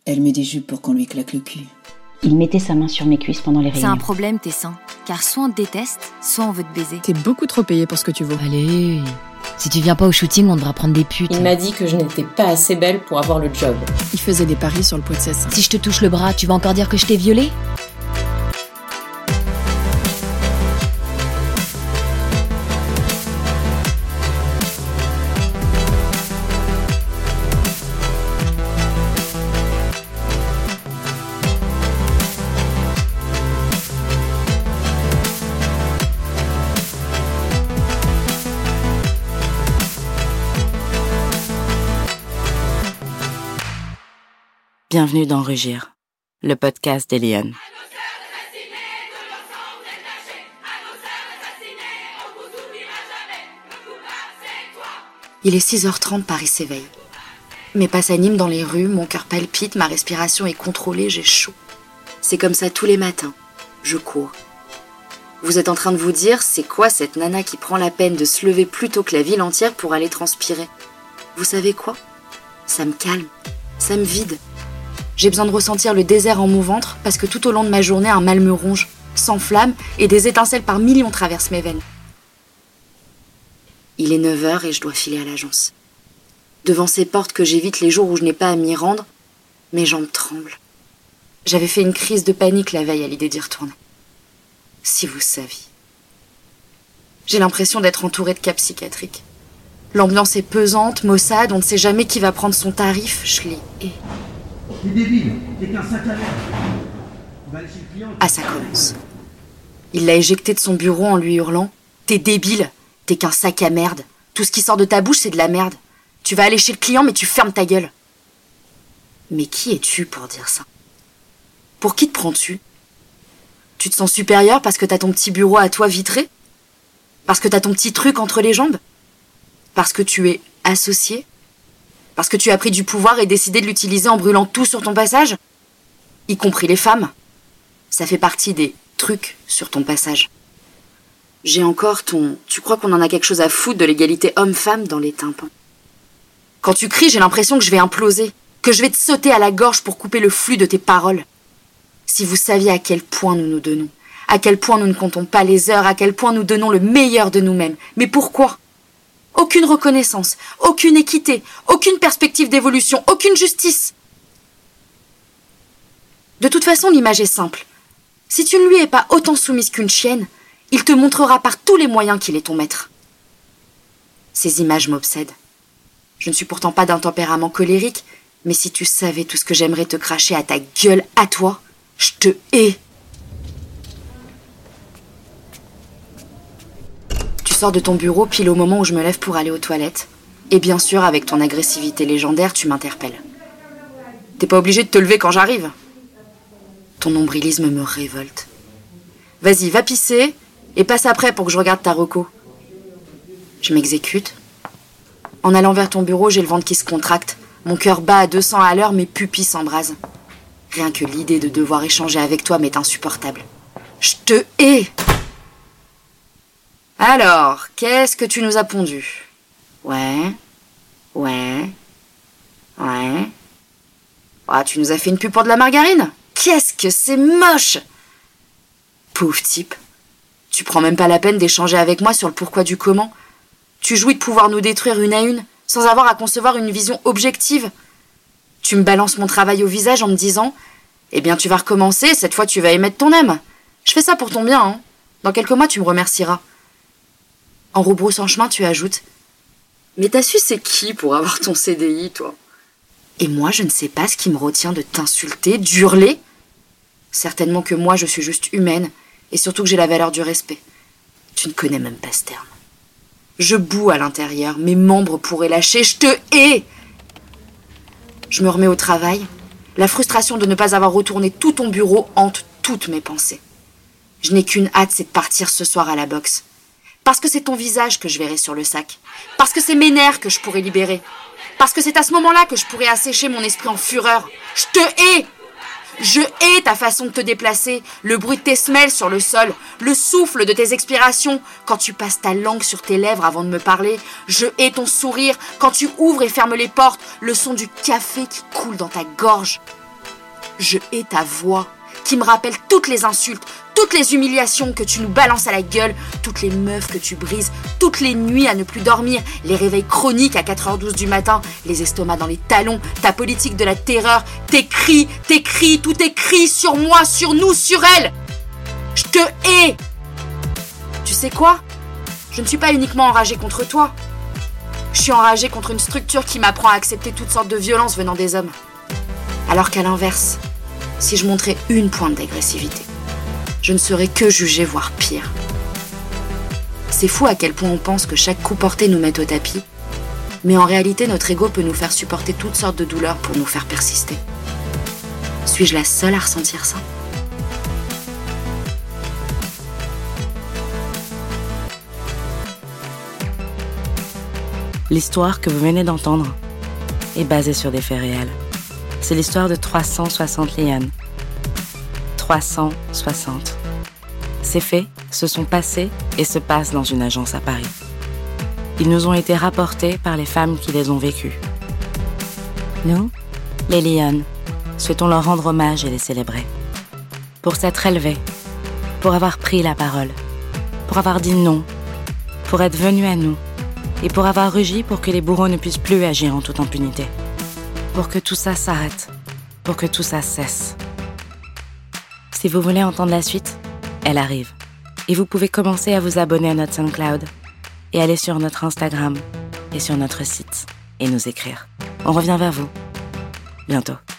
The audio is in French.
Elle met des jupes pour qu'on lui claque le cul. Il mettait sa main sur mes cuisses pendant les réunions. C'est un problème, tes seins. Car soit on te déteste, soit on veut te baiser. T'es beaucoup trop payé pour ce que tu vaux. Allez, si tu viens pas au shooting, on devra prendre des putes. Il m'a dit que je n'étais pas assez belle pour avoir le job. Il faisait des paris sur le poids de ses seins. Si je te touche le bras, tu vas encore dire que je t'ai violée ? Bienvenue dans Rugir, le podcast d'Eliane. Il est 6h30, Paris s'éveille. Mes pas s'animent dans les rues, mon cœur palpite, ma respiration est contrôlée, j'ai chaud. C'est comme ça tous les matins. Je cours. Vous êtes en train de vous dire, c'est quoi cette nana qui prend la peine de se lever plus tôt que la ville entière pour aller transpirer ? Vous savez quoi ? Ça me calme, ça me vide. J'ai besoin de ressentir le désert en mon ventre parce que tout au long de ma journée, un mal me ronge, s'enflamme et des étincelles par millions traversent mes veines. Il est 9h et je dois filer à l'agence. Devant ces portes que j'évite les jours où je n'ai pas à m'y rendre, mes jambes tremblent. J'avais fait une crise de panique la veille à l'idée d'y retourner. Si vous saviez. J'ai l'impression d'être entourée de cas psychiatriques. L'ambiance est pesante, maussade, on ne sait jamais qui va prendre son tarif, je les hais. T'es débile, t'es qu'un sac à merde. Va aller chez le client. Ah, ça commence. Il l'a éjecté de son bureau en lui hurlant « T'es débile, t'es qu'un sac à merde. Tout ce qui sort de ta bouche, c'est de la merde. Tu vas aller chez le client, mais tu fermes ta gueule. » Mais qui es-tu pour dire ça ? Pour qui te prends-tu ? Tu te sens supérieur parce que t'as ton petit bureau à toi vitré ? Parce que t'as ton petit truc entre les jambes ? Parce que tu es associé ? Parce que tu as pris du pouvoir et décidé de l'utiliser en brûlant tout sur ton passage ? Y compris les femmes. Ça fait partie des trucs sur ton passage. J'ai encore ton « tu crois qu'on en a quelque chose à foutre de l'égalité homme-femme » dans les tympans. Quand tu cries, j'ai l'impression que je vais imploser, que je vais te sauter à la gorge pour couper le flux de tes paroles. Si vous saviez à quel point nous nous donnons, à quel point nous ne comptons pas les heures, à quel point nous donnons le meilleur de nous-mêmes. Mais pourquoi ? Aucune reconnaissance, aucune équité, aucune perspective d'évolution, aucune justice. De toute façon, l'image est simple. Si tu ne lui es pas autant soumise qu'une chienne, il te montrera par tous les moyens qu'il est ton maître. Ces images m'obsèdent. Je ne suis pourtant pas d'un tempérament colérique, mais si tu savais tout ce que j'aimerais te cracher à ta gueule, à toi, je te hais. Tu sors de ton bureau pile au moment où je me lève pour aller aux toilettes. Et bien sûr, avec ton agressivité légendaire, tu m'interpelles. T'es pas obligé de te lever quand j'arrive. Ton nombrilisme me révolte. Vas-y, va pisser et passe après pour que je regarde ta reco. Je m'exécute. En allant vers ton bureau, j'ai le ventre qui se contracte. Mon cœur bat à 200 à l'heure, mes pupilles s'embrasent. Rien que l'idée de devoir échanger avec toi m'est insupportable. Je te hais! Alors, qu'est-ce que tu nous as pondu ? Ouais. Ah, tu nous as fait une pub pour de la margarine ? Qu'est-ce que c'est moche ! Pauvre type. Tu prends même pas la peine d'échanger avec moi sur le pourquoi du comment. Tu jouis de pouvoir nous détruire une à une, sans avoir à concevoir une vision objective. Tu me balances mon travail au visage en me disant « Eh bien, tu vas recommencer, cette fois tu vas émettre ton âme. Je fais ça pour ton bien, hein. Dans quelques mois, tu me remercieras. » En rebroussant chemin, tu ajoutes « Mais t'as su c'est qui pour avoir ton CDI, toi ?» Et moi, je ne sais pas ce qui me retient de t'insulter, d'hurler. Certainement que moi, je suis juste humaine, et surtout que j'ai la valeur du respect. Tu ne connais même pas ce terme. Je boue à l'intérieur, mes membres pourraient lâcher, je te hais. Je me remets au travail. La frustration de ne pas avoir retourné tout ton bureau hante toutes mes pensées. Je n'ai qu'une hâte, c'est de partir ce soir à la boxe. Parce que c'est ton visage que je verrai sur le sac. Parce que c'est mes nerfs que je pourrai libérer. Parce que c'est à ce moment-là que je pourrai assécher mon esprit en fureur. Je te hais! Je hais ta façon de te déplacer, le bruit de tes semelles sur le sol, le souffle de tes expirations quand tu passes ta langue sur tes lèvres avant de me parler. Je hais ton sourire quand tu ouvres et fermes les portes, le son du café qui coule dans ta gorge. Je hais ta voix, qui me rappelle toutes les insultes, toutes les humiliations que tu nous balances à la gueule, toutes les meufs que tu brises, toutes les nuits à ne plus dormir, les réveils chroniques à 4h12 du matin, les estomacs dans les talons, ta politique de la terreur, tes cris, tout est cri sur moi, sur nous, sur elle. Je te hais. Tu sais quoi ? Je ne suis pas uniquement enragée contre toi. Je suis enragée contre une structure qui m'apprend à accepter toutes sortes de violences venant des hommes. Alors qu'à l'inverse, si je montrais une pointe d'agressivité, je ne serais que jugée, voire pire. C'est fou à quel point on pense que chaque coup porté nous met au tapis, mais en réalité notre ego peut nous faire supporter toutes sortes de douleurs pour nous faire persister. Suis-je la seule à ressentir ça ? L'histoire que vous venez d'entendre est basée sur des faits réels. C'est l'histoire de 360 Liane. 360. Ces faits se sont passés et se passent dans une agence à Paris. Ils nous ont été rapportés par les femmes qui les ont vécus. Nous, les Liane, souhaitons leur rendre hommage et les célébrer. Pour s'être élevés, pour avoir pris la parole, pour avoir dit non, pour être venus à nous, et pour avoir rugi pour que les bourreaux ne puissent plus agir en toute impunité. Pour que tout ça s'arrête, pour que tout ça cesse. Si vous voulez entendre la suite, elle arrive. Et vous pouvez commencer à vous abonner à notre SoundCloud et aller sur notre Instagram et sur notre site et nous écrire. On revient vers vous bientôt.